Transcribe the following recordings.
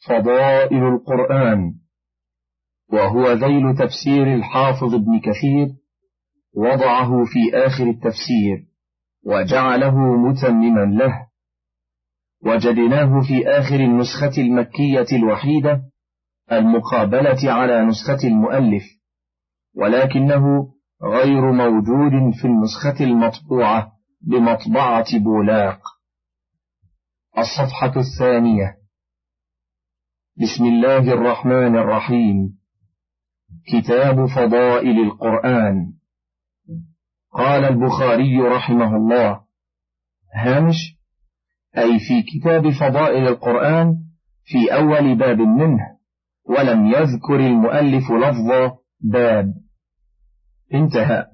فضائل القرآن، وهو ذيل تفسير الحافظ ابن كثير، وضعه في آخر التفسير وجعله متمما له، وجدناه في آخر النسخة المكية الوحيدة المقابلة على نسخة المؤلف، ولكنه غير موجود في النسخة المطبوعة بمطبعة بولاق. الصفحة 2. بسم الله الرحمن الرحيم. كتاب فضائل القرآن. قال البخاري رحمه الله: هامش: أي في كتاب فضائل القرآن في أول باب منه، ولم يذكر المؤلف لفظ باب. انتهى.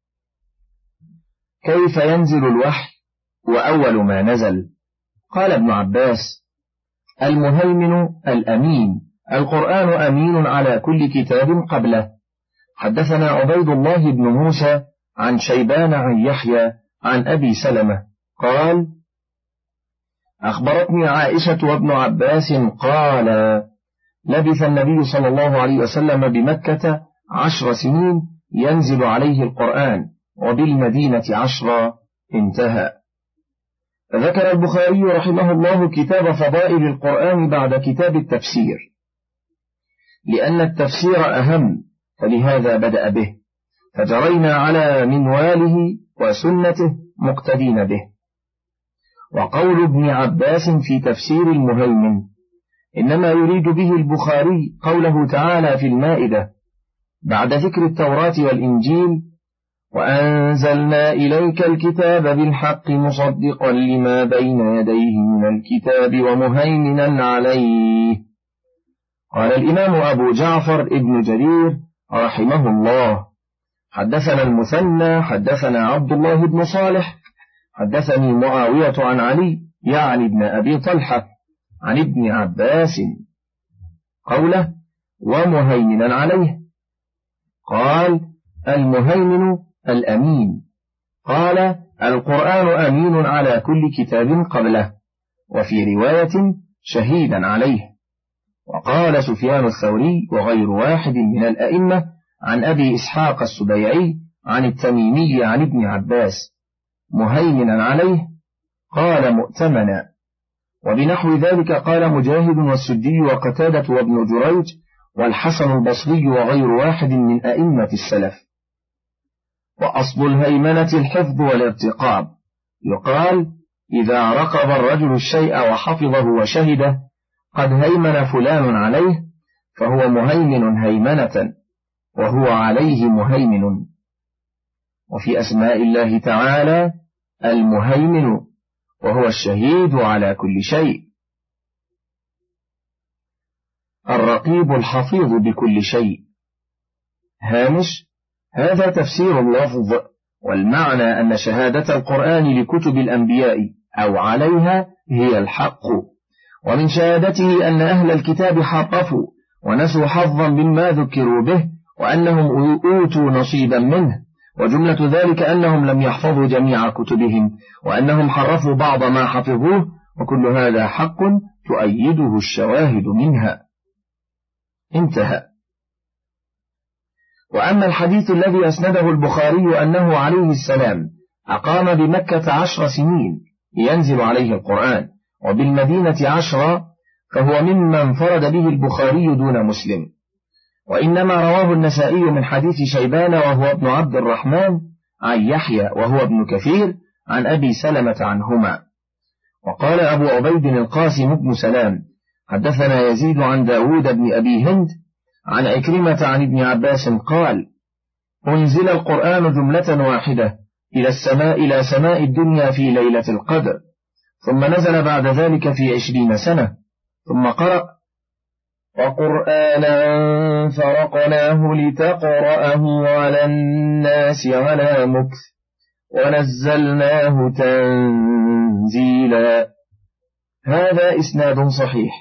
كيف ينزل الوحي وأول ما نزل؟ قال ابن عباس: المهيمن الأمين، القرآن أمين على كل كتاب قبله. حدثنا عبيد الله بن موسى عن شيبان عن يحيى عن أبي سلمة قال: أخبرتني عائشة وابن عباس قال: لبث النبي صلى الله عليه وسلم بمكة 10 سنين ينزل عليه القرآن، وبالمدينة 10. انتهى. ذكر البخاري رحمه الله كتاب فضائل القرآن بعد كتاب التفسير، لأن التفسير أهم، فلهذا بدأ به، فجرينا على منواله وسنته مقتدين به. وقول ابن عباس في تفسير المهيمن إنما يريد به البخاري قوله تعالى في المائدة بعد ذكر التوراة والإنجيل: وأنزلنا إليك الكتاب بالحق مصدقا لما بين يديه من الكتاب ومهيمنا عليه. قال الإمام أبو جعفر ابن جرير رحمه الله: حدثنا المثنى حدثنا عبد الله بن صالح حدثني معاوية عن علي يعني ابن أبي طلحة عن ابن عباس قوله: ومهيمنا عليه. قال: المهيمن الأمين. قال: القرآن أمين على كل كتاب قبله، وفي رواية شهيدا عليه. وقال سفيان الثوري وغير واحد من الأئمة عن أبي إسحاق السبيعي عن التميمي عن ابن عباس: مهيمنا عليه، قال: مؤتمنا. وبنحو ذلك قال مجاهد والسدي وقتادة وابن جريج والحسن البصري وغير واحد من أئمة السلف. وأصل الهيمنة الحفظ والارتقاب. يقال: إذا رقب الرجل الشيء وحفظه وشهده قد هيمن فلان عليه، فهو مهيمن هيمنة، وهو عليه مهيمن. وفي أسماء الله تعالى المهيمن، وهو الشهيد على كل شيء. الرقيب الحفيظ بكل شيء. هامش: هذا تفسير اللفظ، والمعنى أن شهادة القرآن لكتب الأنبياء أو عليها هي الحق، ومن شهادته أن أهل الكتاب حرفوا ونسوا حظا مما ذكروا به، وأنهم أوتوا نصيبا منه، وجملة ذلك أنهم لم يحفظوا جميع كتبهم، وأنهم حرفوا بعض ما حفظوه، وكل هذا حق تؤيده الشواهد منها. انتهى. وأما الحديث الذي أسنده البخاري أنه عليه السلام أقام بمكة 10 سنين ينزل عليه القرآن، وبالمدينة 10، فهو مما انفرد به البخاري دون مسلم. وإنما رواه النسائي من حديث شيبان وهو ابن عبد الرحمن عن يحيى وهو ابن كثير عن أبي سلمة عنهما. وقال أبو عبيد القاسم بن سلام: حدثنا يزيد عن داود بن أبي هند عن عكرمة عن ابن عباس قال: أنزل القرآن جملة واحدة إلى سماء الدنيا في ليلة القدر، ثم نزل بعد ذلك في 20 سنة، ثم قرأ: وقرآنا فرقناه لتقرأه على الناس على مكث ونزلناه تنزيلا. هذا إسناد صحيح.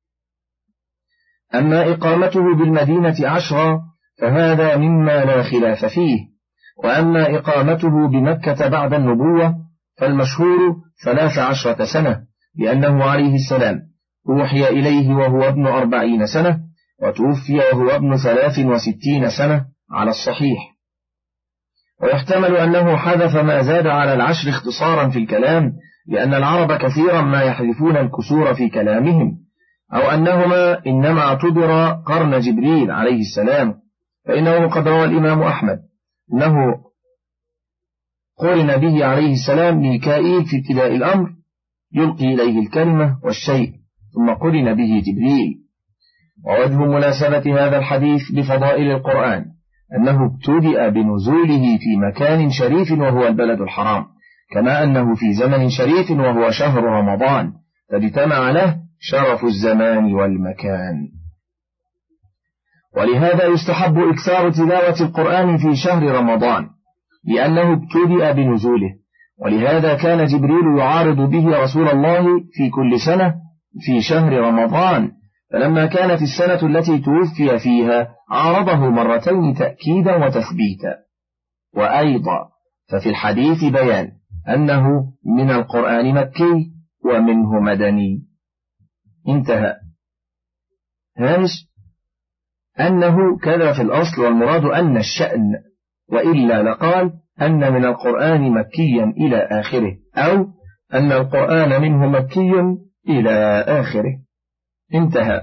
أما إقامته بالمدينة 10 فهذا مما لا خلاف فيه. وأما إقامته بمكة بعد النبوة فالمشهور 13 سنة، لأنه عليه السلام أوحي إليه وهو ابن 40 سنة، وتوفي وهو ابن 63 سنة على الصحيح. ويحتمل أنه حذف ما زاد على 10 اختصارا في الكلام، لأن العرب كثيرا ما يحذفون الكسور في كلامهم، أو أنهما إنما اعتبر قرن جبريل عليه السلام، فإنه قد روى الإمام أحمد أنه قرن به عليه السلام ميكائيل في ابتداء الأمر يلقي إليه الكلمة والشيء، ثم قرن به جبريل. ووجه مناسبة هذا الحديث بفضائل القرآن أنه ابتدأ بنزوله في مكان شريف وهو البلد الحرام، كما أنه في زمن شريف وهو شهر رمضان، فاجتمع له شرف الزمان والمكان. ولهذا يستحب إكثار تلاوة القرآن في شهر رمضان، لأنه ابتدأ بنزوله، ولهذا كان جبريل يعارض به رسول الله في كل سنة في شهر رمضان، فلما كانت السنة التي توفي فيها عارضه مرتين تأكيدا وتثبيتا. وأيضا ففي الحديث بيان أنه من القرآن مكي ومنه مدني. انتهى. هامش أنه كذا في الأصل، والمراد أن الشأن، وإلا لقال أن من القرآن مكيا إلى آخره، أو أن القرآن منه مكي إلى آخره. انتهى.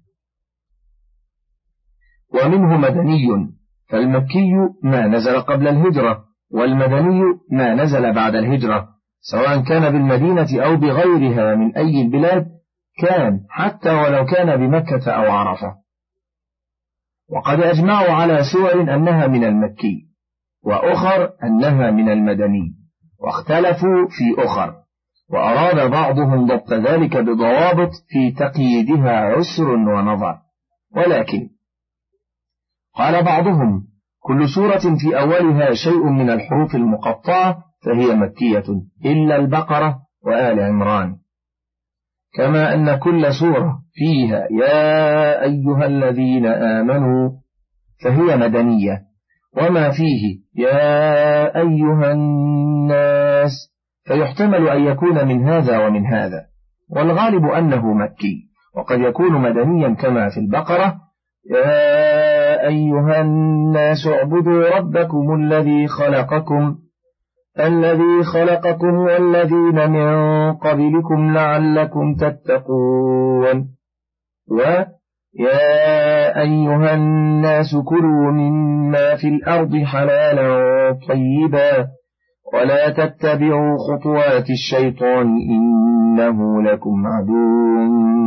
ومنه مدني، فالمكي ما نزل قبل الهجرة، والمدني ما نزل بعد الهجرة، سواء كان بالمدينة أو بغيرها من أي البلاد كان، حتى ولو كان بمكة أو عرفة. وقد أجمعوا على سور أنها من المكي، وأخر أنها من المدني، واختلفوا في أخر، وأراد بعضهم ضبط ذلك بضوابط في تقييدها عسر ونظر. ولكن قال بعضهم كل سورة في أولها شيء من الحروف المقطعة فهي مكية إلا البقرة وآل عمران، كما أن كل سورة فيها يا أيها الذين آمنوا فهي مدنية، وما فيه يا أيها الناس فيحتمل أن يكون من هذا ومن هذا، والغالب أنه مكي، وقد يكون مدنيا كما في البقرة يا أيها الناس اعبدوا ربكم الذي خلقكم والذين من قبلكم لعلكم تتقون، ويا أيها الناس كلوا مما في الأرض حلالا طيبا ولا تتبعوا خطوات الشيطان إنه لكم عدو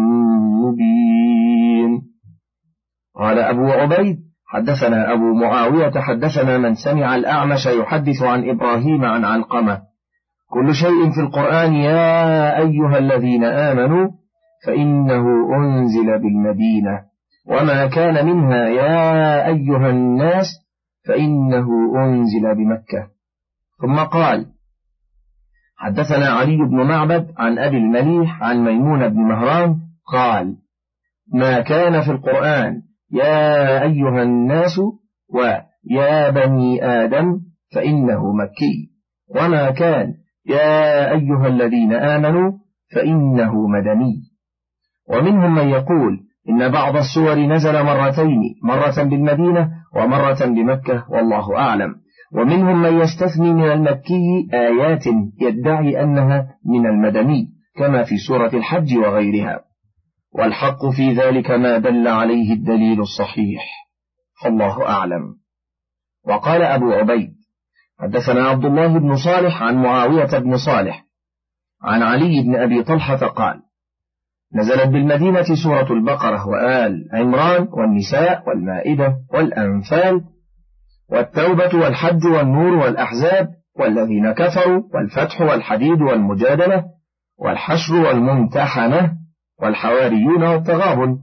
مبين. قال أبو عبيد حدثنا أبو معاوية حدثنا من سمع الأعمش يحدث عن إبراهيم عن علقمة كل شيء في القرآن يا أيها الذين آمنوا فإنه أنزل بالمدينة، وما كان منها يا أيها الناس فإنه أنزل بمكة. ثم قال حدثنا علي بن معبد عن أبي المليح عن ميمون بن مهران قال ما كان في القرآن يا أيها الناس ويا بني آدم فإنه مكي، وما كان يا أيها الذين آمنوا فإنه مدني. ومنهم من يقول إن بعض السور نزل مرتين، مرة بالمدينة ومرة بمكة، والله أعلم. ومنهم من يستثني من المكي آيات يدعي أنها من المدني كما في سورة الحج وغيرها، والحق في ذلك ما دل عليه الدليل الصحيح، فالله أعلم. وقال أبو عبيد حدثنا عبد الله بن صالح عن معاوية بن صالح عن علي بن أبي طلحة قال نزلت بالمدينة سورة البقرة وآل عمران والنساء والمائدة والأنفال والتوبة والحج والنور والأحزاب والذين كفروا والفتح والحديد والمجادلة والحشر والممتحنة والحواريون والتغابن،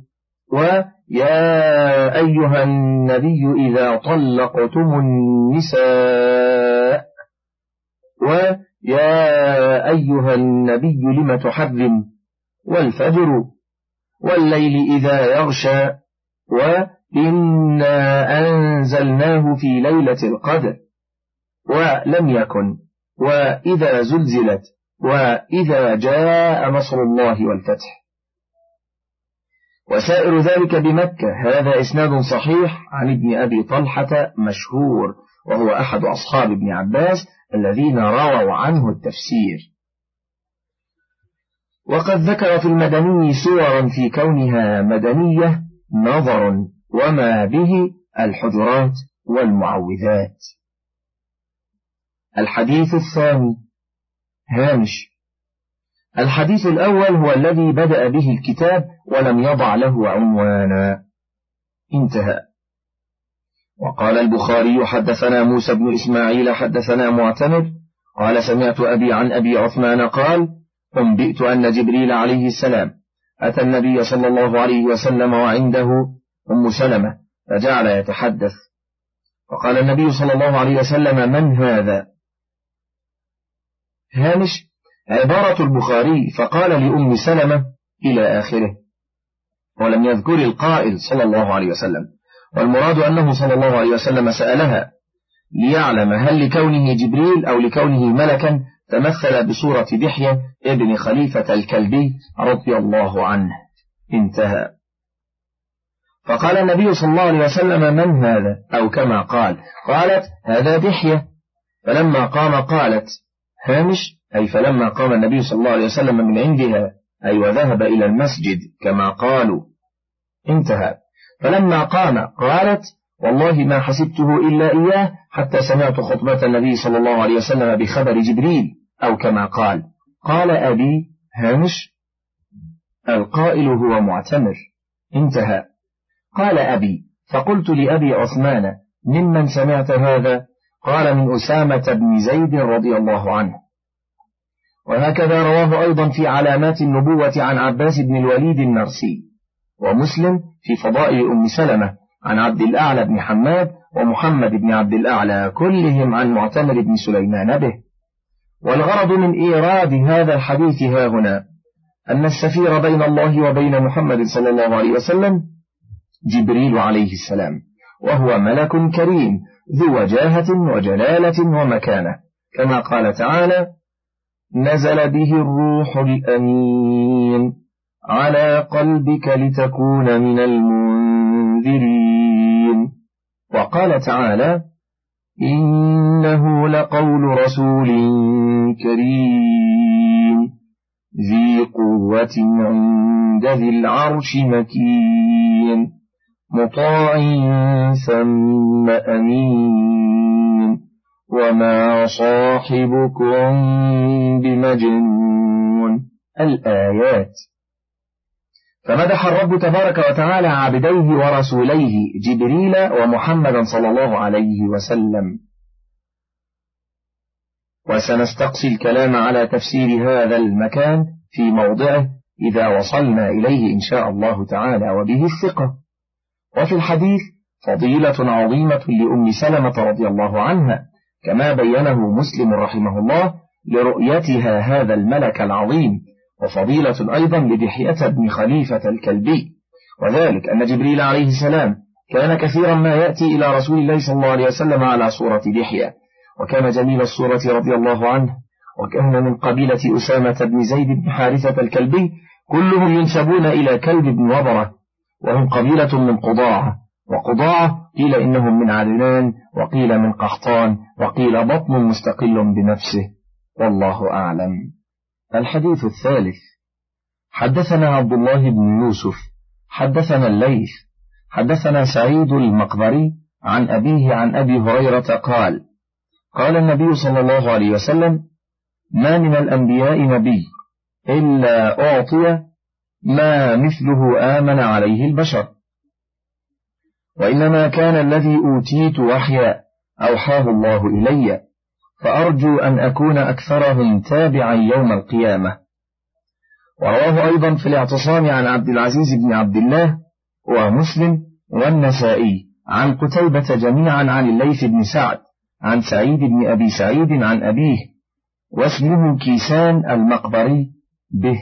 ويا أيها النبي إذا طلقتم النساء، ويا أيها النبي لم تحرم، والفجر والليل إذا يغشى، وإنا أنزلناه في ليلة القدر، ولم يكن، وإذا زلزلت، وإذا جاء نصر الله والفتح. وسائر ذلك بمكة. هذا إسناد صحيح عن ابن أبي طلحة مشهور، وهو أحد أصحاب ابن عباس الذين رووا عنه التفسير. وقد ذكر في المدني صورا في كونها مدنية نظر وما به الحجرات والمعوذات. الحديث الثاني هامش. الحديث الأول هو الذي بدأ به الكتاب ولم يضع له عنوانا. انتهى. وقال البخاري حدثنا موسى بن إسماعيل حدثنا معتمر قال سمعت أبي عن أبي عثمان قال أنبئت أن جبريل عليه السلام أتى النبي صلى الله عليه وسلم وعنده أم سلمة فجعل يتحدث، فقال النبي صلى الله عليه وسلم من هذا؟ هامش. عبارة البخاري فقال لأم سلمة إلى آخره، ولم يذكر القائل صلى الله عليه وسلم، والمراد أنه صلى الله عليه وسلم سألها ليعلم هل لكونه جبريل أو لكونه ملكا تمثل بصورة دحية ابن خليفة الكلبي رضي الله عنه. انتهى. فقال النبي صلى الله عليه وسلم من هذا؟ أو كما قال قالت هذا دحية، فلما قام قالت هامش أي فلما قام النبي صلى الله عليه وسلم من عندها أي وذهب إلى المسجد كما قالوا. انتهى. فلما قام قالت والله ما حسبته إلا إياه حتى سمعت خطبة النبي صلى الله عليه وسلم بخبر جبريل أو كما قال. قال أبي هامش القائل هو معتمر. انتهى. قال أبي فقلت لأبي عثمان ممن سمعت هذا؟ قال من أسامة بن زيد رضي الله عنه. وهكذا رواه أيضا في علامات النبوة عن عباس بن الوليد النرسي، ومسلم في فضائل أم سلمة عن عبد الأعلى بن حماد ومحمد بن عبد الأعلى كلهم عن معتمر بن سليمان به. والغرض من إيراد هذا الحديث ها هنا أن السفير بين الله وبين محمد صلى الله عليه وسلم جبريل عليه السلام، وهو ملك كريم ذو وجاهة وجلالة ومكانة، كما قال تعالى نزل به الروح الأمين على قلبك لتكون من المنذرين. وقال تعالى إنه لقول رسول كريم ذي قوة عند ذي العرش مكين مطاع ثم أمين وما صاحبكم بمجنون. الآيات. فمدح الرب تبارك وتعالى عبديه ورسوليه جبريل ومحمدا صلى الله عليه وسلم. وسنستقصي الكلام على تفسير هذا المكان في موضعه إذا وصلنا إليه إن شاء الله تعالى وبه الثقة. وفي الحديث فضيلة عظيمة لأم سلمة رضي الله عنها كما بينه مسلم رحمه الله لرؤيتها هذا الملك العظيم، وفضيلة أيضا لدحية بن خليفة الكلبي، وذلك أن جبريل عليه السلام كان كثيرا ما يأتي إلى رسول الله صلى الله عليه وسلم على صورة دحية، وكان جميل الصورة رضي الله عنه، وكان من قبيلة أسامة بن زيد بن حارثة الكلبي، كلهم ينسبون إلى كلب بن وبرة، وهم قبيلة من قضاعة، وقضاعة قيل إنهم من عدنان وقيل من قحطان وقيل بطن مستقل بنفسه، والله أعلم. الحديث الثالث. حدثنا عبد الله بن يوسف حدثنا الليث حدثنا سعيد المقبري عن أبيه عن أبي هريرة قال قال النبي صلى الله عليه وسلم ما من الأنبياء نبي إلا أعطي ما مثله آمن عليه البشر، وإنما كان الذي أوتيت وحيا أوحاه الله إلي، فأرجو أن أكون أكثرهم تابعا يوم القيامة. ورواه أيضا في الاعتصام عن عبد العزيز بن عبد الله ومسلم والنسائي عن قتيبة جميعا عن الليث بن سعد عن سعيد بن أبي سعيد عن أبيه واسمه كيسان المقبري به.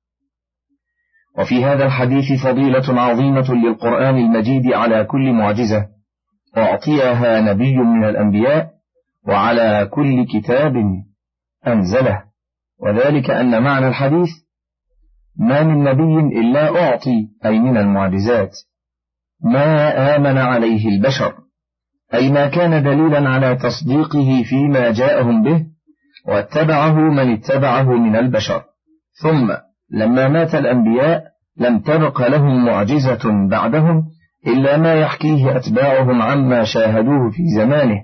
وفي هذا الحديث فضيلة عظيمة للقرآن المجيد على كل معجزة أعطيها نبي من الأنبياء وعلى كل كتاب أنزله، وذلك أن معنى الحديث ما من نبي إلا أعطي، أي من المعجزات، ما آمن عليه البشر، أي ما كان دليلا على تصديقه فيما جاءهم به، واتبعه من اتبعه من البشر. ثم لما مات الأنبياء لم تبق لهم معجزة بعدهم إلا ما يحكيه أتباعهم عما شاهدوه في زمانه.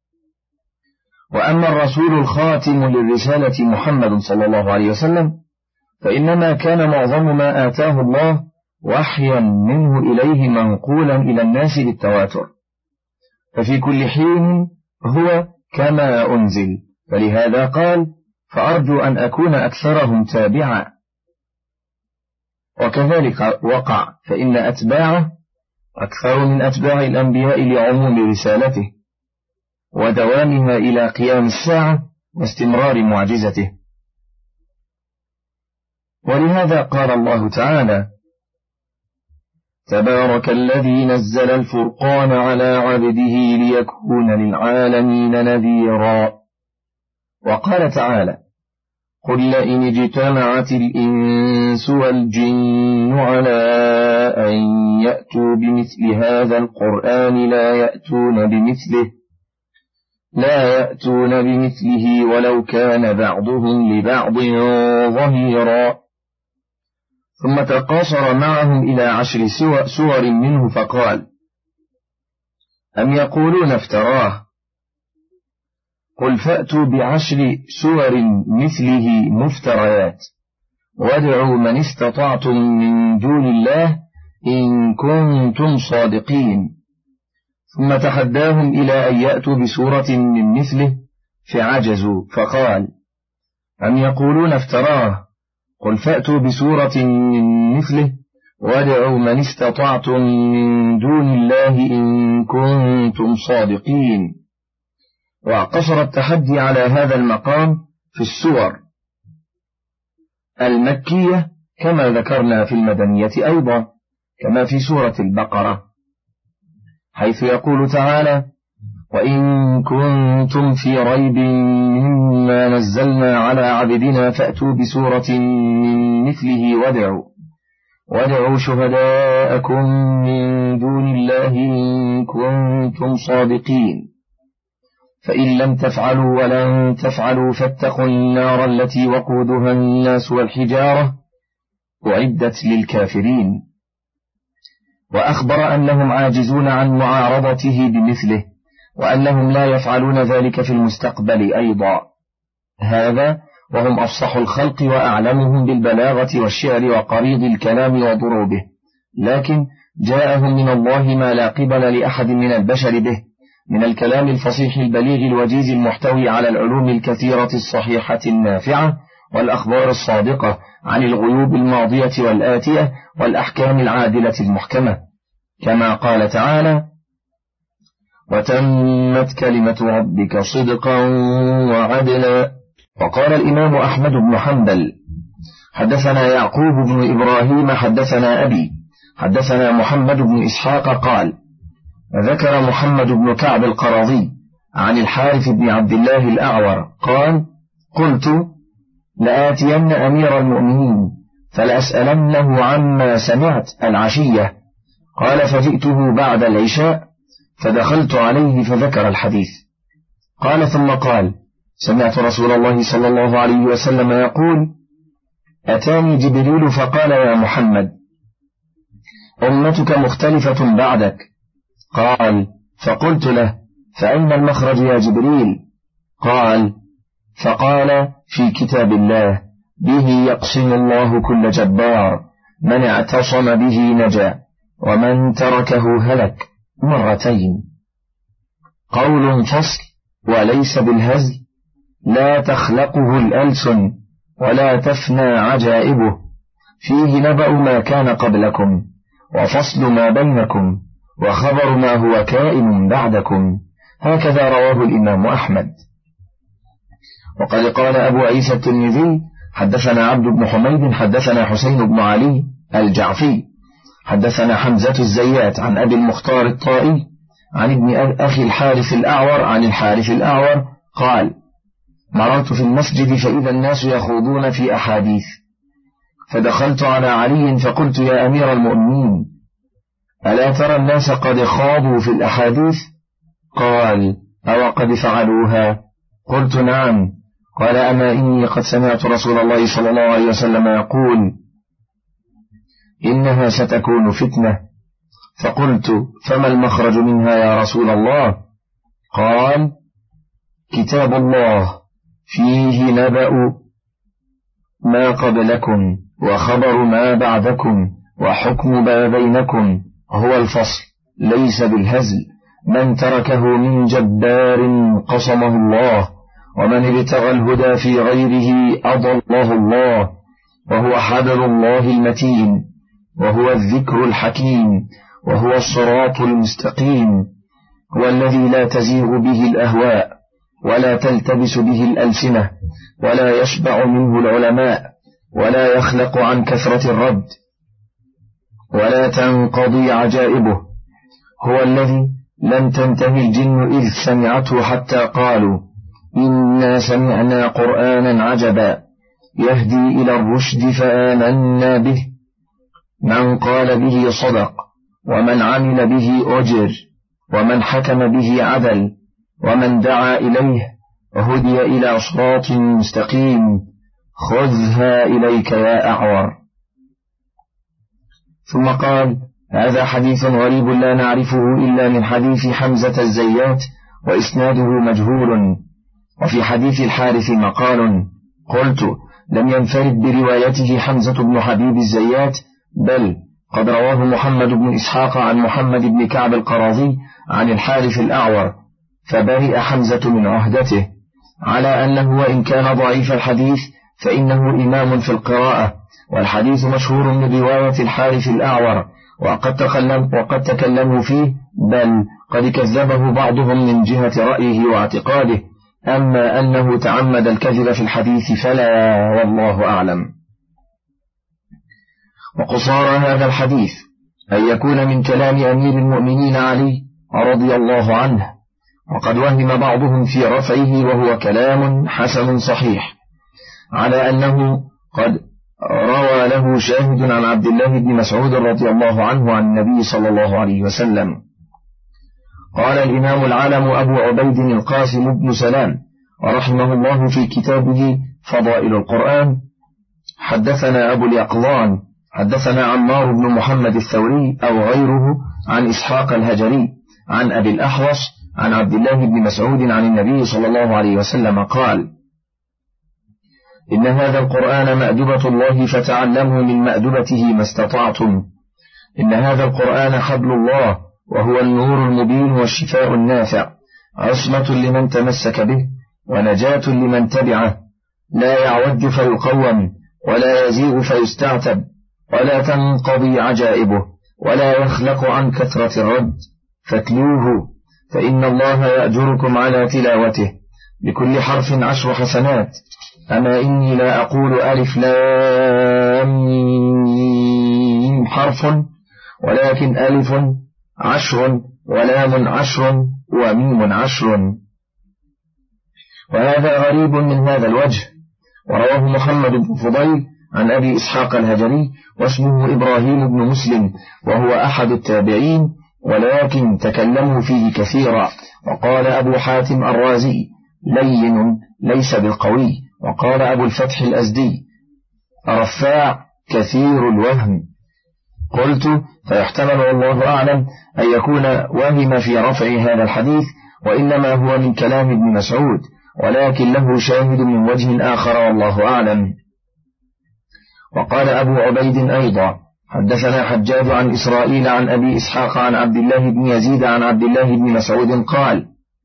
وأما الرسول الخاتم للرسالة محمد صلى الله عليه وسلم فإنما كان معظم ما آتاه الله وحيا منه إليه منقولا إلى الناس بالتواتر، ففي كل حين هو كما أنزل، فلهذا قال: فأرجو أن أكون أكثرهم تابعا. وكذلك وقع، فإن أتباعه أكثر من أتباع الأنبياء لعموم رسالته ودوامها إلى قيام الساعة واستمرار معجزته. ولهذا قال الله تعالى: تبارك الذي نزل الفرقان على عبده ليكون للعالمين نذيرا. وقال تعالى: قل لئن اجتمعت الإنس والجن على أن يأتوا بمثل هذا القرآن لا يأتون بمثله ولو كان بعضهم لبعض ظهيرا. ثم تقاصر معهم إلى 10 سور منه فقال: أم يقولون افتراه؟ قل فأتوا ب10 سور مثله مفتريات وادعوا من استطعتم من دون الله إن كنتم صادقين. ثم تحداهم إلى أن يأتوا بسورة من مثله فعجزوا، فقال: أم يقولون افتراه؟ قل فأتوا بسورة من مثله وادعوا من استطعتم من دون الله إن كنتم صادقين. وقصر التحدي على هذا المقام في السور المكية كما ذكرنا في المدنية أيضا، كما في سورة البقرة، حيث يقول تعالى: وإن كنتم في ريب مما نزلنا على عبدنا فأتوا بسورة من مثله وادعوا شهداءكم من دون الله إن كنتم صادقين، فإن لم تفعلوا ولن تفعلوا فاتقوا النار التي وقودها الناس والحجارة أعدت للكافرين. وأخبر أنهم عاجزون عن معارضته بمثله، وأنهم لا يفعلون ذلك في المستقبل أيضا، هذا وهم أفصح الخلق وأعلمهم بالبلاغة والشعر وقريض الكلام وضروبه، لكن جاءهم من الله ما لا قبل لأحد من البشر به من الكلام الفصيح البليغ الوجيز المحتوي على العلوم الكثيرة الصحيحة النافعة والأخبار الصادقة عن الغيوب الماضية والآتية والأحكام العادلة المحكمة، كما قال تعالى: وتمت كلمة ربك صدقا وعدلا. وقال الإمام أحمد بن حنبل: حدثنا يعقوب بن إبراهيم حدثنا أبي حدثنا محمد بن إسحاق قال: ذكر محمد بن كعب القرظي عن الحارث بن عبد الله الأعور قال: قلت لآتين أمير المؤمنين فلأسألنه عما سمعت العشية، قال: فجئته بعد العشاء فدخلت عليه فذكر الحديث. قال ثم قال: سمعت رسول الله صلى الله عليه وسلم يقول: أتاني جبريل فقال: يا محمد، أمتك مختلفة بعدك. قال: فقلت له: فأين المخرج يا جبريل؟ فقال: في كتاب الله، به يقسم الله كل جبار، من اعتصم به نجا ومن تركه هلك، مرتين. قول فصل وليس بالهزل، لا تخلقه الألسن ولا تفنى عجائبه، فيه نبأ ما كان قبلكم وفصل ما بينكم وخبر ما هو كائن بعدكم، هكذا رواه الإمام أحمد. وقد قال أبو عيسى الترمذي: حدثنا عبد بن حميد حدثنا حسين بن علي الجعفي حدثنا حمزة الزيات عن أبي المختار الطائي عن ابن أخي الحارث الأعور عن الحارث الأعور قال: مررت في المسجد فإذا الناس يخوضون في أحاديث، فدخلت على علي فقلت: يا أمير المؤمنين، ألا ترى الناس قد خاضوا في الأحاديث؟ قال: أو قد فعلوها؟ قلت: نعم. قال: أما إني قد سمعت رسول الله صلى الله عليه وسلم يقول: إنها ستكون فتنة. فقلت: فما المخرج منها يا رسول الله؟ قال: كتاب الله فيه نبأ ما قبلكم وخبر ما بعدكم وحكم ما بينكم، هو الفصل ليس بالهزل، من تركه من جبار قصمه الله، ومن ابتغى الهدى في غيره أضله الله، وهو حبل الله المتين، وهو الذكر الحكيم، وهو الصراط المستقيم، هو الذي لا تزيغ به الأهواء ولا تلتبس به الألسنة ولا يشبع منه العلماء ولا يخلق عن كثرة الرد ولا تنقضي عجائبه، هو الذي لم تنتهي الجن إذ سمعته حتى قالوا: إنا سمعنا قرآنا عجبا يهدي إلى الرشد فآمنا به، من قال به صدق، ومن عمل به أجر، ومن حكم به عدل، ومن دعا إليه هدي إلى صراط مستقيم، خذها إليك يا أعور. ثم قال: هذا حديث غريب لا نعرفه إلا من حديث حمزة الزيات وإسناده مجهول، وفي حديث الحارث مقال. قلت: لم ينفرد بروايته حمزة بن حبيب الزيات، بل قد رواه محمد بن إسحاق عن محمد بن كعب القراظي عن الحارث الأعور، فبرئ حمزة من عهدته، على أنه وإن كان ضعيف الحديث فإنه إمام في القراءة، والحديث مشهور من رواية الحارث الأعور، وقد تكلموا فيه، بل قد كذبه بعضهم من جهة رأيه واعتقاده، أما أنه تعمد الكذب في الحديث فلا، والله أعلم. وقصار هذا الحديث أن يكون من كلام أمير المؤمنين علي رضي الله عنه، وقد وهم بعضهم في رفعه، وهو كلام حسن صحيح، على أنه قد روى له شاهد عن عبد الله بن مسعود رضي الله عنه عن النبي صلى الله عليه وسلم. قال الإمام العالم أبو عبيد القاسم بن سلام ورحمه الله في كتابه فضائل القرآن: حدثنا أبو اليقظان حدثنا عمار بن محمد الثوري أو غيره عن إسحاق الهجري عن أبي الأحوص عن عبد الله بن مسعود عن النبي صلى الله عليه وسلم قال: إن هذا القرآن مأدبة الله فتعلموا من مأدبته ما استطعتم. إن هذا القرآن حبل الله، وهو النور المبين والشفاء النافع، عصمة لمن تمسك به ونجاة لمن تبعه، لا يعوج فيقوم ولا يزيغ فيستعتب ولا تنقضي عجائبه ولا يخلق عن كثرة الرد، فاتلوه فإن الله يأجركم على تلاوته بكل حرف 10 حسنات. أما إني لا أقول ألف لام ميم حرف، ولكن ألف 10 ولام 10 وميم 10. وهذا غريب من هذا الوجه. ورواه محمد بن فضيل عن أبي إسحاق الهجري واسمه إبراهيم بن مسلم، وهو أحد التابعين، ولكن تكلموا فيه كثيرا. وقال أبو حاتم الرازي: لين ليس بالقوي. وقال أبو الفتح الأزدي: رفاع كثير الوهم. قلت: فيحتمل والله أعلم أن يكون وهم في رفع هذا الحديث، وإنما هو من كلام ابن مسعود، ولكن له شاهد من وجه آخر والله أعلم. وقال أبو عبيد أيضا: حدثنا حجاج عن إسرائيل عن أبي إسحاق عن عبد الله بن يزيد عن عبد الله بن مسعود قال: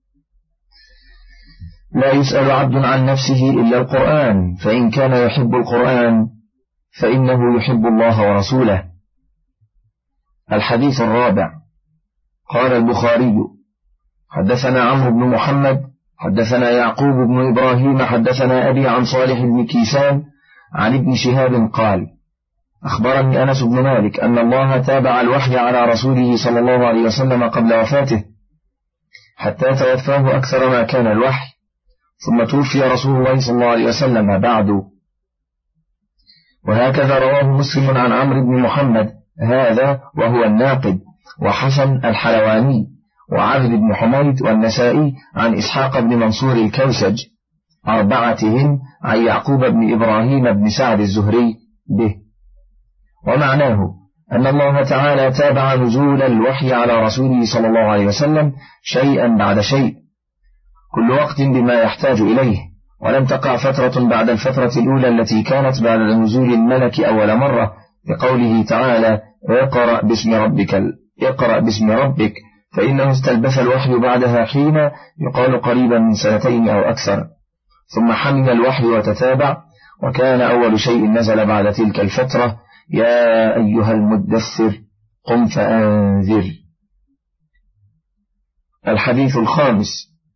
لا يسأل عبد عن نفسه إلا القرآن، فإن كان يحب القرآن فإنه يحب الله ورسوله. الحديث الرابع. قال البخاري: حدثنا عمرو بن محمد حدثنا يعقوب بن إبراهيم حدثنا أبي عن صالح بن كيسان عن ابن شهاب قال: أخبرني أنس بن مالك أن الله تابع الوحي على رسوله صلى الله عليه وسلم قبل وفاته حتى توفاه أكثر ما كان الوحي، ثم توفي رسول الله صلى الله عليه وسلم بعد. وهكذا رواه مسلم عن عمرو بن محمد هذا وهو الناقد، وحسن الحلواني، وعبد بن حميد، والنسائي عن إسحاق بن منصور الكوسج، أربعتهم عن يعقوب بن إبراهيم بن سعد الزهري به. ومعناه أن الله تعالى تابع نزول الوحي على رسوله صلى الله عليه وسلم شيئا بعد شيء، كل وقت بما يحتاج إليه، ولم تقع فترة بعد الفترة الأولى التي كانت بعد نزول الملك أول مرة، بقوله تعالى اقرأ باسم ربك، فإنه استلبث الوحي بعدها حين يقال قريبا من 2 أو أكثر، ثم حمل الوحي وتتابع، وكان أول شيء نزل بعد تلك الفترة يا أيها المدثر قم فأنذر. الحديث الخامس: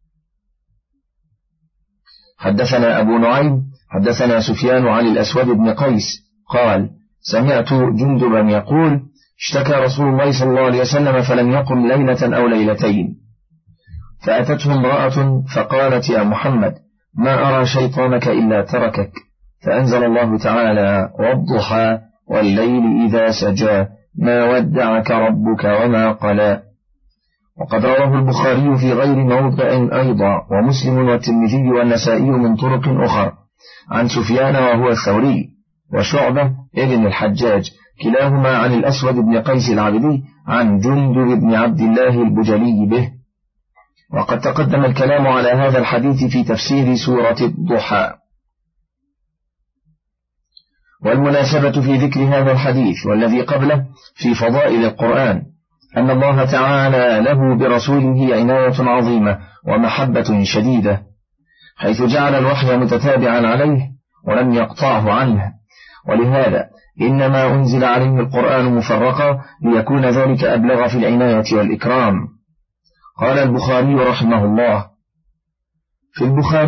حدثنا أبو نعيم حدثنا سفيان عن الأسود بن قيس قال سمعت جندبا يقول اشتكى رسول الله صلى الله عليه وسلم فلم يقم ليلة أو ليلتين، فأتته امرأة فقالت يا محمد ما أرى شيطانك إلا تركك، فأنزل الله تعالى والضحى والليل إذا سجى ما ودعك ربك وما قلى. وقد رواه البخاري في غير موضع أيضا، ومسلم والترمذي والنسائي من طرق أخر عن سفيان وهو الثوري وشعبة ابن الحجاج كلاهما عن الأسود بن قيس العبدي عن جندب بن عبد الله البجلي به. وقد تقدم الكلام على هذا الحديث في تفسير سورة الضحى. والمناسبة في ذكر هذا الحديث والذي قبله في فضائل القرآن أن الله تعالى له برسوله عناية عظيمة ومحبة شديدة، حيث جعل الوحي متتابعا عليه ولم يقطعه عنه، ولهذا إنما أنزل عليه القرآن مفرقا ليكون ذلك أبلغ في العناية والإكرام. قال البخاري رحمه الله في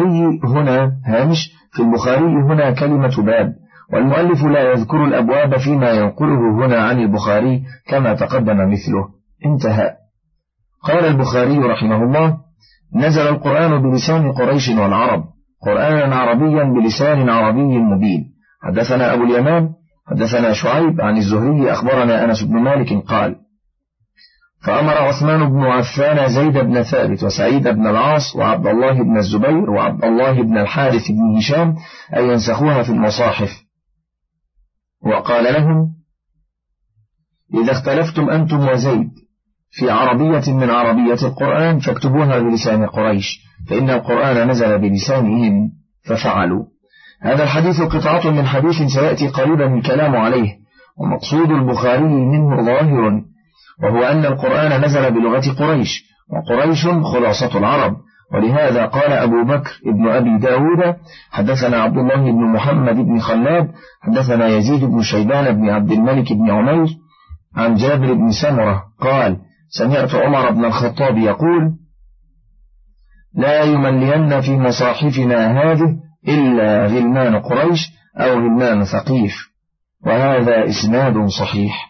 البخاري هنا كلمة باب، والمؤلف لا يذكر الأبواب فيما ينقله هنا عن البخاري كما تقدم مثله. انتهى. قال البخاري رحمه الله نزل القرآن بلسان قريش والعرب قرآنا عربيا بلسان عربي مبين. حدثنا أبو اليمان حدثنا شعيب عن الزهري أخبرنا أنس بن مالك قال فأمر عثمان بن عفان زيد بن ثابت وسعيد بن العاص وعبد الله بن الزبير وعبد الله بن الحارث بن هشام أن ينسخوها في المصاحف، وقال لهم إذا اختلفتم أنتم وزيد في عربية من عربية القرآن فاكتبوها بلسان قريش، فإن القرآن نزل بلسانهم ففعلوا. هذا الحديث قطعة من حديث سيأتي قريبا الكلام عليه، ومقصود البخاري منه ظاهر، وهو أن القرآن نزل بلغة قريش، وقريش خلاصة العرب. ولهذا قال أبو بكر ابن أبي داود حدثنا عبد الله بن محمد بن خلاد حدثنا يزيد بن شيبان بن عبد الملك بن عمير عن جابر بن سمرة قال سمعت عمر بن الخطاب يقول لا يملين في مصاحفنا هذه إلا غلمان قريش أو غلمان ثقيف، وهذا إسناد صحيح.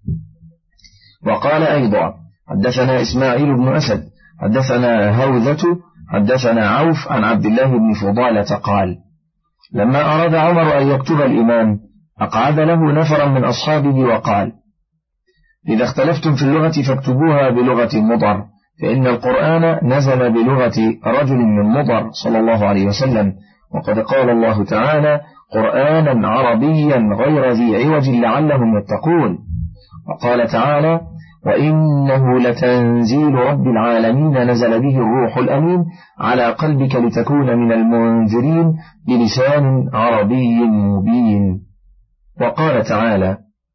وقال أيضا حدثنا إسماعيل بن أسد حدثنا هوذة حدثنا عوف عن عبد الله بن فضالة قال لما أراد عمر أن يكتب الإمام أقعد له نفرا من أصحابه وقال إذا اختلفتم في اللغة فاكتبوها بلغة مضر، فإن القرآن نزل بلغة رجل من مضر صلى الله عليه وسلم، وقد قال الله تعالى قرآنا عربيا غير ذي عوج لعلهم يتقون. وقال تعالى وإنه لتنزيل رب العالمين نزل به الروح الأمين على قلبك لتكون من المنذرين بلسان عربي مبين. وقال تعالى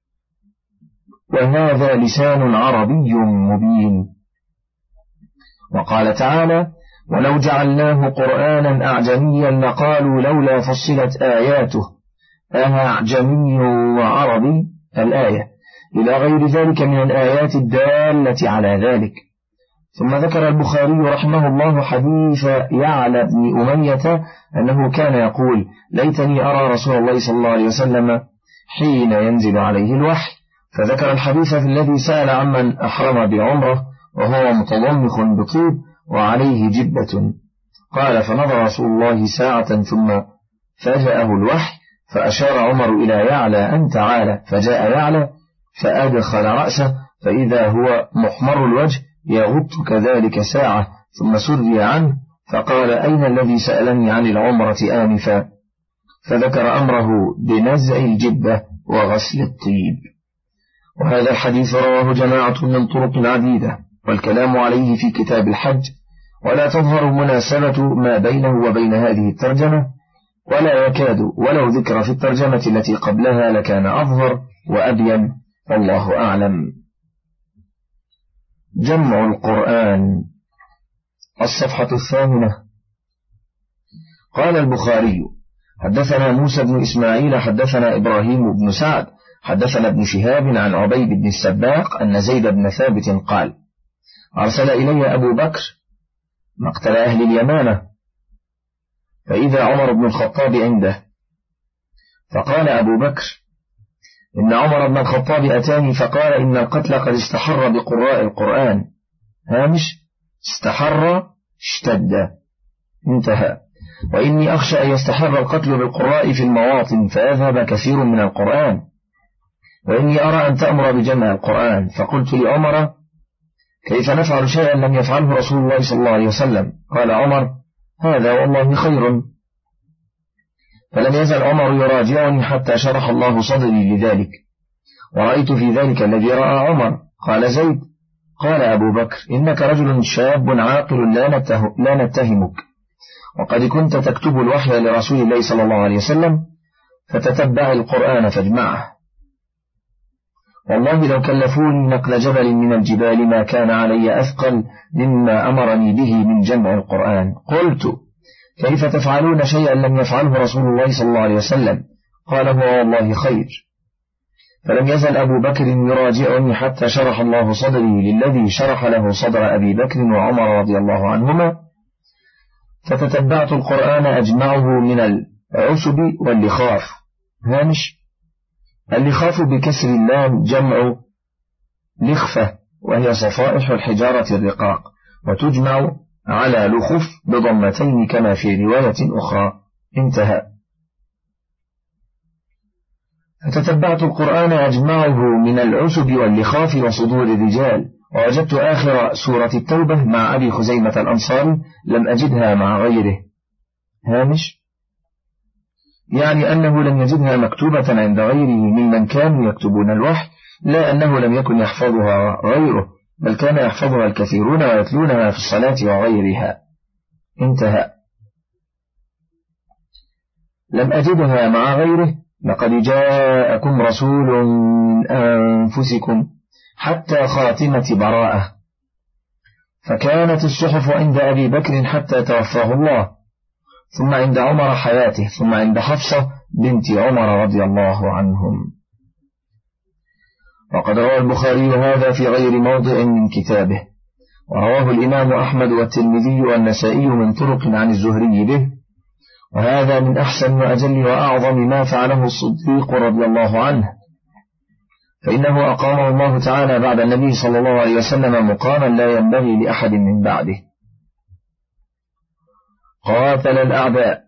وهذا لسان عربي مبين. وقال تعالى ولو جعلناه قرآنا أعجميا لقالوا لولا فصلت آياته أعجمي وعربي الآية إلى غير ذلك من الآيات الدالة على ذلك. ثم ذكر البخاري رحمه الله حديث يعلى بن أمية أنه كان يقول ليتني أرى رسول الله صلى الله عليه وسلم حين ينزل عليه الوحي، فذكر الحديث في الذي سأل عمن أحرم بعمره وهو متضمخ بطيب وعليه جبة، قال فنظر رسول الله ساعة ثم فجأه الوحي فأشار عمر إلى يعلى أن تعالى، فجاء يعلى فأدخل رأسه فإذا هو محمر الوجه يغط كذلك ساعة، ثم سري عنه فقال: أين الذي سألني عن العمرة آنفا؟ فذكر أمره بنزع الجبة وغسل الطيب. وهذا الحديث رواه جماعة من طرق عديدة، والكلام عليه في كتاب الحج، ولا تظهر مناسبة ما بينه وبين هذه الترجمة، ولا يكاد، ولو ذكر في الترجمة التي قبلها لكان أظهر وأبين، والله أعلم. جمع القرآن. الصفحة 8. قال البخاري: حدثنا موسى بن إسماعيل حدثنا إبراهيم بن سعد حدثنا ابن شهاب عن عبيد بن السباق أن زيد بن ثابت قال: أرسل إلي أبو بكر مقتل أهل اليمامة، فإذا عمر بن الخطاب عنده، فقال أبو بكر: إن عمر بن الخطاب أتاني فقال إن القتل قد استحر بقراء القرآن. هامش: استحر اشتد، انتهى. وإني أخشى أن يستحر القتل بالقراء في المواطن فيذهب كثير من القرآن، وإني أرى أن تأمر بجمع القرآن. فقلت لعمر: كيف نفعل شيئا لم يفعله رسول الله صلى الله عليه وسلم؟ قال عمر: هذا والله خير. فلم يزل عمر يراجعني حتى شرح الله صدري لذلك، ورأيت في ذلك الذي رأى عمر. قال زيد: قال أبو بكر: إنك رجل شاب عاقل لا نتهمك، وقد كنت تكتب الوحي لرسول الله صلى الله عليه وسلم، فتتبع القرآن فاجمعه. والله لو كلفوني نقل جبل من الجبال ما كان علي أثقل مما أمرني به من جمع القرآن. قلت: كيف تفعلون شيئا لم يفعله رسول الله صلى الله عليه وسلم؟ قال: هو والله خير. فلم يزل أبو بكر يراجعني حتى شرح الله صدري للذي شرح له صدر أبي بكر وعمر رضي الله عنهما، فتتبعت القرآن أجمعه من العشب واللخاف. هامش: اللخاف بكسر اللام جمع لخفة، وهي صفائح الحجارة الرقاق، وتجمع على لخف بضمتين كما في رواية أخرى، انتهى. فتتبعت القرآن أجمعه من العشب واللخاف وصدور الرجال، ووجدت آخر سورة التوبة مع أبي خزيمة الأنصاري لم أجدها مع غيره. هامش: يعني أنه لم يجدها مكتوبة عند غيره ممن كانوا يكتبون الوحي، لا أنه لم يكن يحفظها غيره، بل كان يحفظها الكثيرون ويتلونها في الصلاة وغيرها، انتهى. لم أجدها مع غيره. لقد جاءكم رسول من أنفسكم حتى خاتمة براءة. فكانت الصحف عند أبي بكر حتى توفاه الله، ثم عند عمر حياته، ثم عند حفصة بنت عمر رضي الله عنهم. وقد روى البخاري هذا في غير موضع من كتابه، ورواه الإمام أحمد والترمذي والنسائي من طرق عن الزهري به، وهذا من أحسن وأجل وأعظم ما فعله الصديق رضي الله عنه، فإنه أقامه الله تعالى بعد النبي صلى الله عليه وسلم مقاما لا ينبغي لأحد من بعده. قاتل الأعداء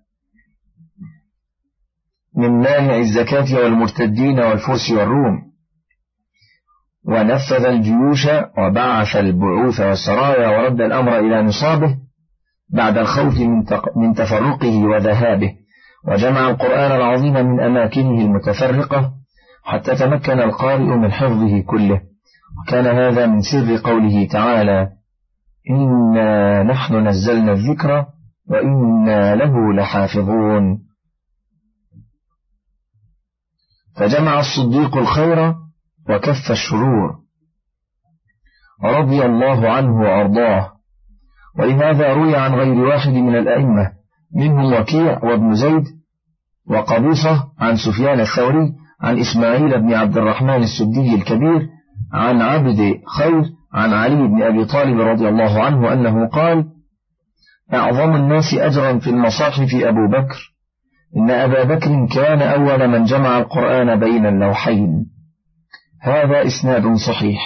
من مانع الزكاة والمرتدين والفرس والروم، ونفذ الجيوش وبعث البعوث والسرايا، ورد الأمر إلى نصابه بعد الخوف من تفرقه وذهابه، وجمع القرآن العظيم من أماكنه المتفرقة حتى تمكن القارئ من حفظه كله. وكان هذا من سر قوله تعالى: إنا نحن نزلنا الذكر وإنا له لحافظون. فجمع الصديق الخير وكف الشرور رضي الله عنه وأرضاه. ولهذا روي عن غير واحد من الأئمة، منهم وكيع وابن زيد وقبيصة، عن سفيان الثوري، عن إسماعيل بن عبد الرحمن السدي الكبير، عن عبد خير، عن علي بن أبي طالب رضي الله عنه أنه قال: أعظم الناس أجرا في المصاحف أبو بكر، إن أبا بكر كان أول من جمع القرآن بين اللوحين. هذا إسناد صحيح.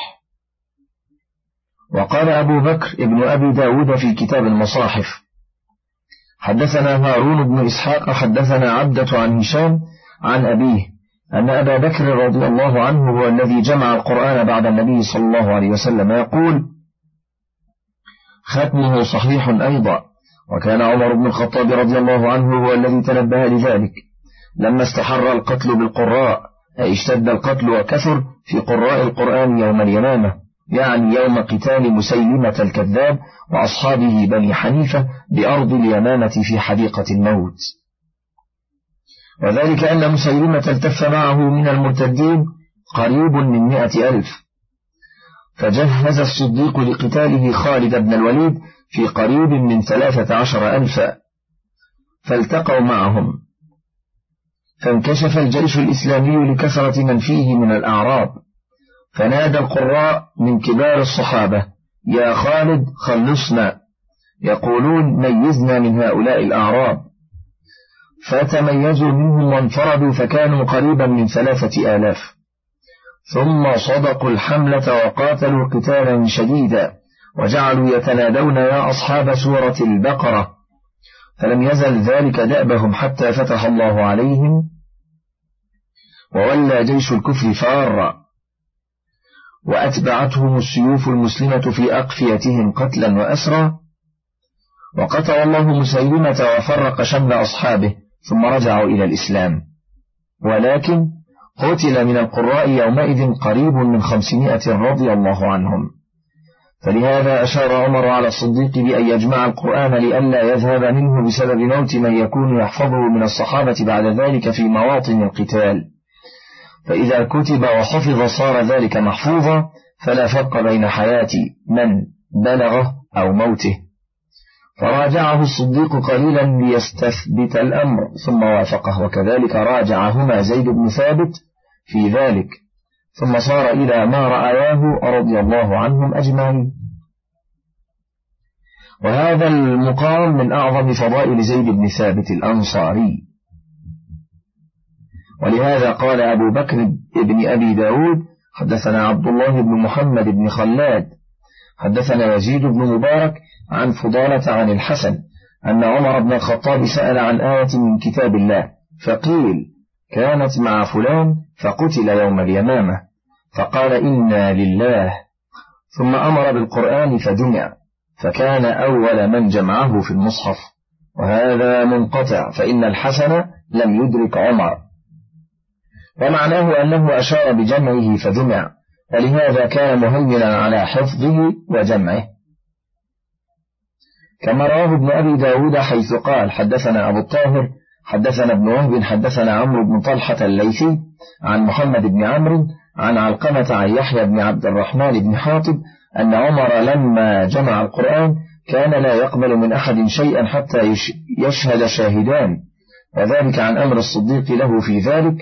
وقال أبو بكر ابن أبي داود في كتاب المصاحف: حدثنا هارون بن إسحاق حدثنا عبدة عن هشام عن أبيه أن أبا بكر رضي الله عنه هو الذي جمع القرآن بعد النبي صلى الله عليه وسلم، يقول: ختمه صحيح أيضا. وكان عمر بن الخطاب رضي الله عنه هو الذي تنبه لذلك لما استحر القتل بالقراء، أي اشتد القتل وكثر في قراء القرآن يوم اليمامة، يعني يوم قتال مسيلمة الكذاب وأصحابه بني حنيفة بأرض اليمامة في حديقة الموت. وذلك أن مسيلمة التف معه من المرتدين قريب من 100,000، فجهز الصديق لقتاله خالد بن الوليد في قريب من 13,000، فالتقوا معهم، فانكشف الجيش الإسلامي لكثرة من فيه من الأعراب، فنادى القراء من كبار الصحابة: يا خالد خلصنا، يقولون ميزنا من هؤلاء الأعراب، فتميزوا منهم وانفردوا فكانوا قريبا من 3,000، ثم صدقوا الحملة وقاتلوا قتالا شديدا، وجعلوا يتنادون يا أصحاب سورة البقرة، فلم يزل ذلك دأبهم حتى فتح الله عليهم، وولى جيش الكفر فارا، وأتبعتهم السيوف المسلمة في أقفيتهم قتلا وأسرا، وقتل الله مسيلمة وفرق شمل أصحابه، ثم رجعوا إلى الإسلام. ولكن قتل من القراء يومئذ قريب من 500 رضي الله عنهم. فلهذا أشار عمر على الصديق بأن يجمع القرآن لئلا يذهب منه بسبب موت من يكون يحفظه من الصحابة بعد ذلك في مواطن القتال، فإذا كتب وحفظ صار ذلك محفوظا، فلا فرق بين حياة من بلغه أو موته. فراجعه الصديق قليلا ليستثبت الأمر ثم وافقه، وكذلك راجعهما زيد بن ثابت في ذلك، ثم صار إلى ما رأياه رضي الله عنهم أجمعين. وهذا المقام من أعظم فضائل زيد بن ثابت الأنصاري. ولهذا قال أبو بكر بن أبي داود: حدثنا عبد الله بن محمد بن خلاد حدثنا يزيد بن مبارك عن فضالة عن الحسن أن عمر بن الخطاب سأل عن آية من كتاب الله، فقيل: كانت مع فلان فقتل يوم اليمامة، فقال: إنا لله، ثم أمر بالقرآن فجمع، فكان أول من جمعه في المصحف. وهذا منقطع، فإن الحسن لم يدرك عمر، ومعناه أنه أشار بجمعه فجمع، ولهذا كان مهينا على حفظه وجمعه، كما رواه ابن أبي داود حيث قال: حدثنا أبو الطاهر حدثنا ابن وهب حدثنا عمرو بن طلحة الليثي عن محمد بن عمرو عن علقمة عن يحيى بن عبد الرحمن بن حاطب أن عمر لما جمع القرآن كان لا يقبل من أحد شيئا حتى يشهد شاهدان، وذلك عن أمر الصديق له في ذلك،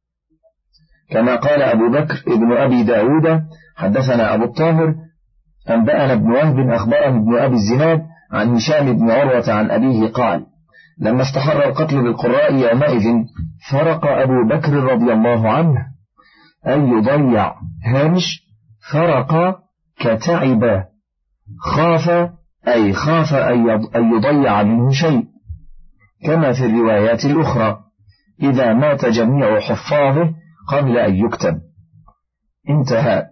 كما قال أبو بكر ابن أبي داود: حدثنا أبو الطاهر أنبأنا ابن وهب أخبرنا ابن أبي الزناد عن هشام بن عروة عن أبيه قال: لما استحر القتل بالقراء يومئذ فرق أبو بكر رضي الله عنه أن يضيع هامش، فرق كتعب، خاف أي خاف أن يضيع منه شيء، كما في الروايات الأخرى: إذا مات جميع حفاظه قبل أن يكتب. انتهى.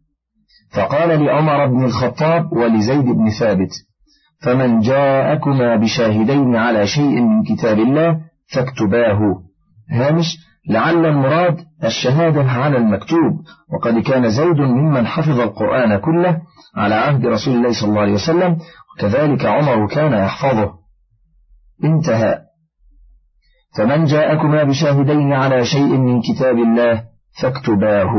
فقال لعمر بن الخطاب ولزيد بن ثابت: فمن جاءكما بشاهدين على شيء من كتاب الله فاكتباه. هامش: لعل المراد الشهادة على المكتوب، وقد كان زيد ممن حفظ القرآن كله على عهد رسول الله صلى الله عليه وسلم، وكذلك عمر كان يحفظه. انتهى. فمن جاءكما بشاهدين على شيء من كتاب الله فاكتباه.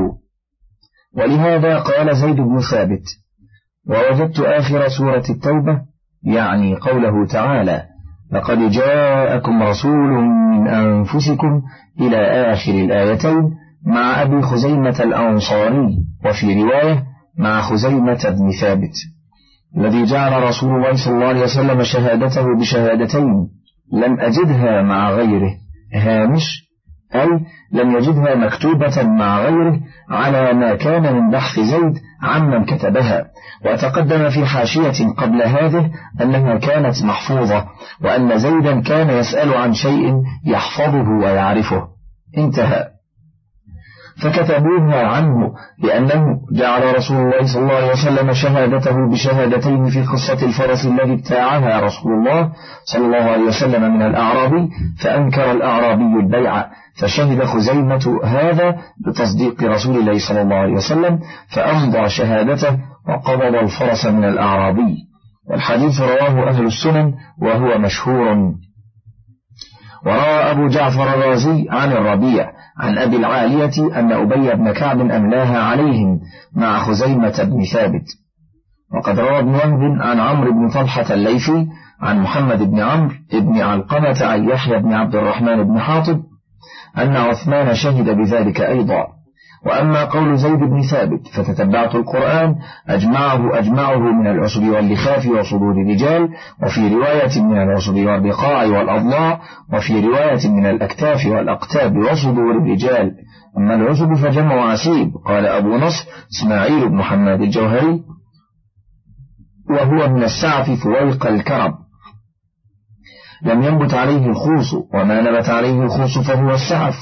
ولهذا قال زيد بن ثابت: ووجدت آخر سورة التوبة، يعني قوله تعالى: لقد جاءكم رسول من أنفسكم إلى آخر الآيتين، مع أبي خزيمة الأنصاري، وفي رواية مع خزيمة بن ثابت، الذي جعل رسول الله صلى الله عليه وسلم شهادته بشهادتين لم أجدها مع غيره. هامش: أي لم يجدها مكتوبة مع غيره على ما كان من بحث زيد عمن كتبها. وتقدم في حاشية قبل هذه أنها كانت محفوظة، وأن زيدا كان يسأل عن شيء يحفظه ويعرفه. انتهى. فكتبوها عنه لأنه جعل رسول الله صلى الله عليه وسلم شهادته بشهادتين في قصة الفرس الذي ابتاعها رسول الله صلى الله عليه وسلم من الأعرابي، فأنكر الأعرابي البيع، فشهد خزيمة هذا بتصديق رسول الله صلى الله عليه وسلم فأمضى شهادته وقبض الفرس من الأعرابي. والحديث رواه أهل السنن وهو مشهور. وروى أبو جعفر الرازي عن الربيع عن أبي العالية أن أبي بن كعب أملاها عليهم مع خزيمة بن ثابت. وقد روى ابن وهب عن عمرو بن طلحة الليثي عن محمد بن عمرو بن علقمة عن يحيى بن عبد الرحمن بن حاطب أن عثمان شهد بذلك أيضا. وأما قول زيد بن ثابت فتتبعت القرآن أجمعه من العصب واللخاف وصدور الرجال، وفي رواية من العصب والبقاع والأضلاع، وفي رواية من الأكتاف والأقتاب وصدور الرجال. أما العصب فجمع عسيب. قال أبو نصر إسماعيل بن محمد الجوهري وهو من السعف فويق الكرب، لم ينبت عليه الخوص، وما نبت عليه الخوص فهو السعف.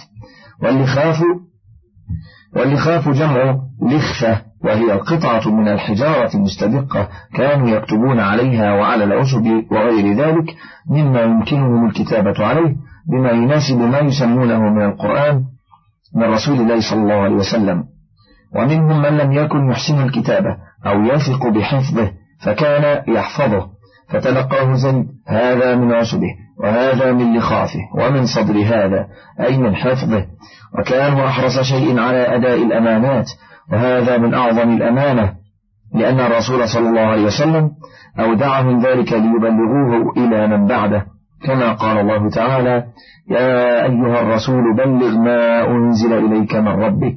واللخاف جمع لخفة، وهي القطعة من الحجارة المستدقة كانوا يكتبون عليها وعلى العصب وغير ذلك مما يمكنهم الكتابة عليه بما يناسب ما يسمونه من القرآن من رسول الله صلى الله عليه وسلم. ومنهم من لم يكن يحسن الكتابة أو يثق بحفظه فكان يحفظه، فتلقاه زيد هذا من عصبه وهذا من لخافه ومن صدر هذا، أي من حفظه. وكانوا أحرص شيء على أداء الأمانات، وهذا من أعظم الأمانة، لأن الرسول صلى الله عليه وسلم أودعهم ذلك ليبلغوه إلى من بعده، كما قال الله تعالى: يا أيها الرسول بلغ ما أنزل إليك من ربك،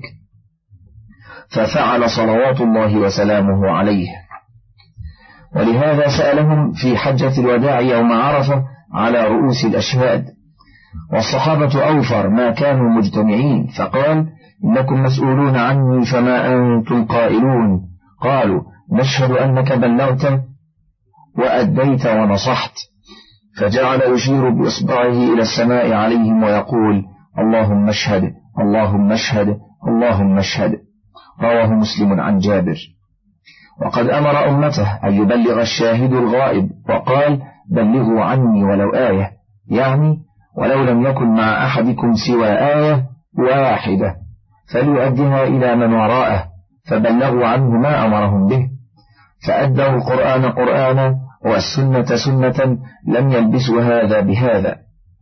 ففعل صلوات الله وسلامه عليه. ولهذا سألهم في حجة الوداع يوم عرفة على رؤوس الأشهاد، والصحابة أوفر ما كانوا مجتمعين، فقال: إنكم مسؤولون عني فما أنتم قائلون؟ قالوا: نشهد أنك بلغت وأديت ونصحت. فجعل يشير بإصبعه إلى السماء عليهم ويقول: اللهم اشهد اللهم اشهد اللهم اشهد. رواه مسلم عن جابر. وقد أمر أمته أن يبلغ الشاهد الغائب، وقال: بلغوا عني ولو آية، يعني ولو لم يكن مع أحدكم سوى آية واحدة فليؤدها إلى من وراءه، فبلغوا عنه ما أمرهم به، فأدوا القرآن قرآنا والسنة سنة، لم يلبسوا هذا بهذا.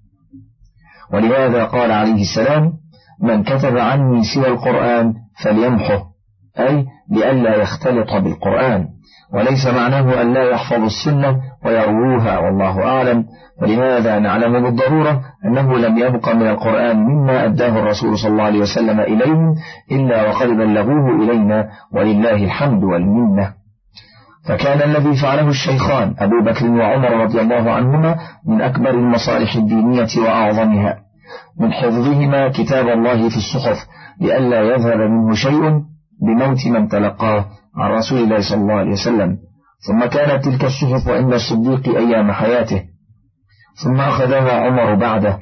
ولهذا قال عليه السلام: من كتب عني سوى القرآن فليمحه، أي لئلا يختلط بالقرآن، وليس معناه أن لا يحفظ السنة ويرووها، والله أعلم. ولماذا نعلم بالضرورة أنه لم يبق من القرآن مما أداه الرسول صلى الله عليه وسلم إليهم إلا وقد بلغوه إلينا، ولله الحمد والمنة. فكان الذي فعله الشيخان أبو بكر وعمر رضي الله عنهما من أكبر المصالح الدينية وأعظمها، من حفظهما كتاب الله في الصحف لئلا يذهب منه شيء بموت من تلقاه عن رسول الله صلى الله عليه وسلم. ثم كانت تلك الصحف عند الصديق أيام حياته، ثم أخذها عمر بعده،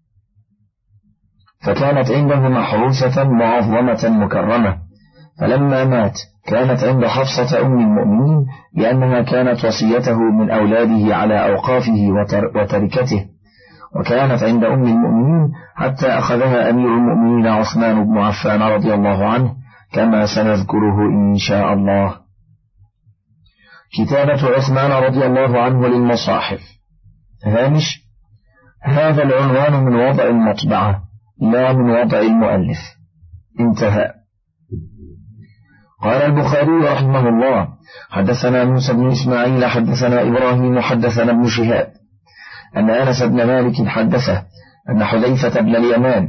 فكانت عنده محروسة معظمة مكرمة. فلما مات كانت عند حفصة أم المؤمنين، لأنها كانت وصيته من أولاده على أوقافه وتركته، وكانت عند أم المؤمنين حتى أخذها أمير المؤمنين عثمان بن عفان رضي الله عنه، كما سنذكره إن شاء الله. كتابة عثمان رضي الله عنه للمصاحف. هامش: هذا العنوان من وضع المطبعة لا من وضع المؤلف. انتهى. قال البخاري رحمه الله: حدثنا موسى بن إسماعيل حدثنا إبراهيم حدثنا ابن شهاب أن أنس بن مالك حدثه أن حذيفة بن اليمان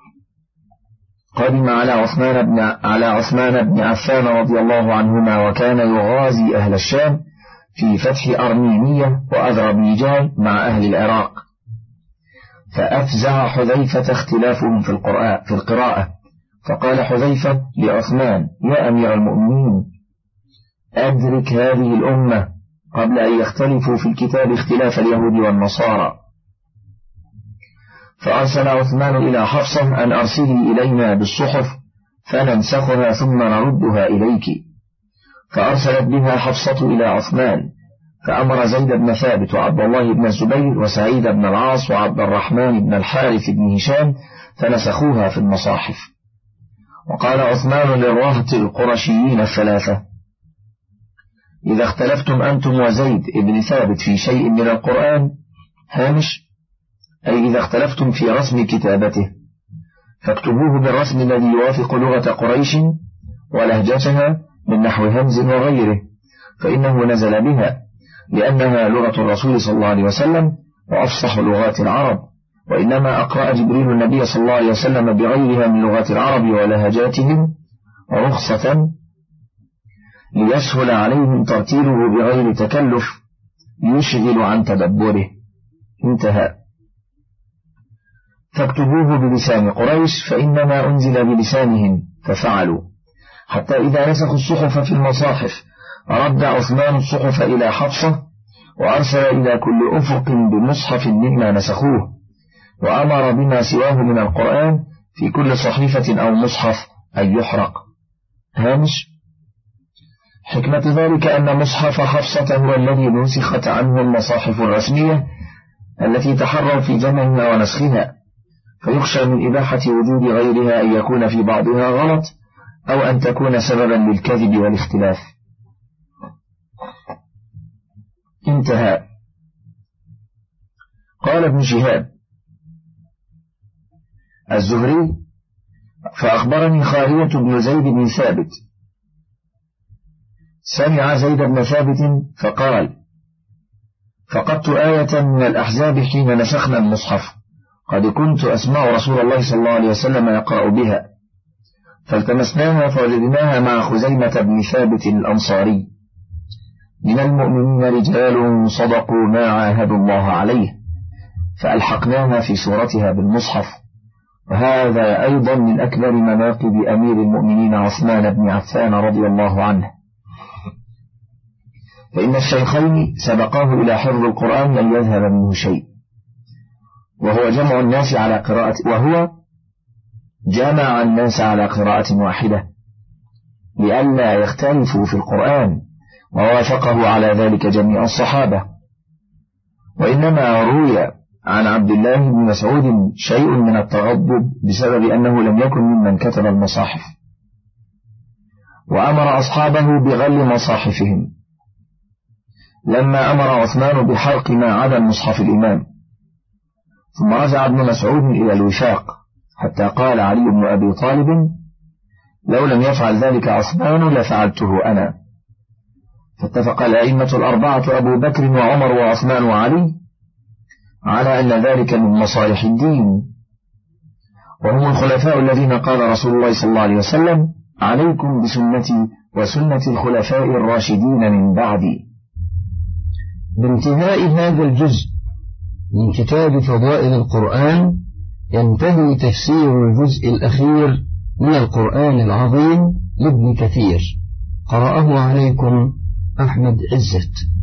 قدم على عثمان بن عفان رضي الله عنهما، وكان يغازي أهل الشام في فتح أرمينية وأذربيجان مع أهل العراق، فأفزع حذيفة اختلافهم في القراءة، فقال حذيفة لعثمان: يا أمير المؤمنين، أدرك هذه الأمة قبل أن يختلفوا في الكتاب اختلاف اليهود والنصارى. فأرسل عثمان إلى حفصة أن أرسلي إلينا بالصحف فننسخها ثم نردها إليك، فأرسلت بها حفصة إلى عثمان، فأمر زيد بن ثابت وعبد الله بن الزبير وسعيد بن العاص وعبد الرحمن بن الحارث بن هشام فنسخوها في المصاحف. وقال عثمان للرهط القرشيين الثلاثة: إذا اختلفتم أنتم وزيد بن ثابت في شيء من القرآن هامش، أي إذا اختلفتم في رسم كتابته، فاكتبوه بالرسم الذي يوافق لغة قريش ولهجتها من نحو همز وغيره، فإنه نزل بها لأنها لغة الرسول صلى الله عليه وسلم وأفصح لغات العرب، وإنما أقرأ جبريل النبي صلى الله عليه وسلم بغيرها من لغات العرب ولهجاتهم رخصة ليسهل عليهم ترتيله بغير تكلف يشغل عن تدبره. انتهى. فاكتبوه بلسان قريش فإنما أنزل بلسانهم، ففعلوا، حتى إذا نسخوا الصحف في المصاحف رد عثمان الصحف إلى حفصة وأرسل إلى كل أفق بمصحف مما نسخوه، وأمر بما سواه من القرآن في كل صحيفة أو مصحف أن يحرق. هامش: حكمة ذلك أن مصحف حفصة هو الذي نسخت عنه المصاحف الرسمية التي تحروا في جمعها ونسخها، فيخشى من إباحة وجود غيرها أن يكون في بعضها غلط أو أن تكون سببا للكذب والاختلاف. انتهى. قال ابن شهاب الزهري: فأخبرني خارية بن زيد بن ثابت سمع زيد بن ثابت فقال: فقدت آية من الأحزاب حين نسخنا المصحف، قد كنت أسمع رسول الله صلى الله عليه وسلم يقرأ بها، فالتمسناها فوجدناها مع خزيمة بن ثابت الأنصاري: من المؤمنين رجال صدقوا ما عاهدوا الله عليه، فألحقناها في صورتها بالمصحف. وهذا أيضا من أكبر مناقب أمير المؤمنين عثمان بن عفان رضي الله عنه، فإن الشيخين سبقاه إلى حفظ القرآن لن يذهب منه شيء، وهو جمع الناس على قراءة واحدة لئلا يختلفوا في القرآن، ووافقه على ذلك جميع الصحابة. وإنما روي عن عبد الله بن مسعود شيء من التغضب بسبب أنه لم يكن ممن كتب المصاحف، وأمر أصحابه بغل مصاحفهم، لما أمر عثمان بحرق ما عدا مصحف الإمام. ثم رجع ابن مسعود إلى الوفاق، حتى قال علي بن أبي طالب: لو لم يفعل ذلك عثمان لفعلته أنا. فاتفق الأئمة الأربعة أبو بكر وعمر وعثمان وعلي على أن ذلك من مصالح الدين، وهم الخلفاء الذين قال رسول الله صلى الله عليه وسلم: عليكم بسنتي وسنة الخلفاء الراشدين من بعدي. بانتهاء هذا الجزء من كتاب فضائل القرآن ينتهي تفسير الجزء الأخير من القرآن العظيم لابن كثير. قرأه عليكم أحمد عزت.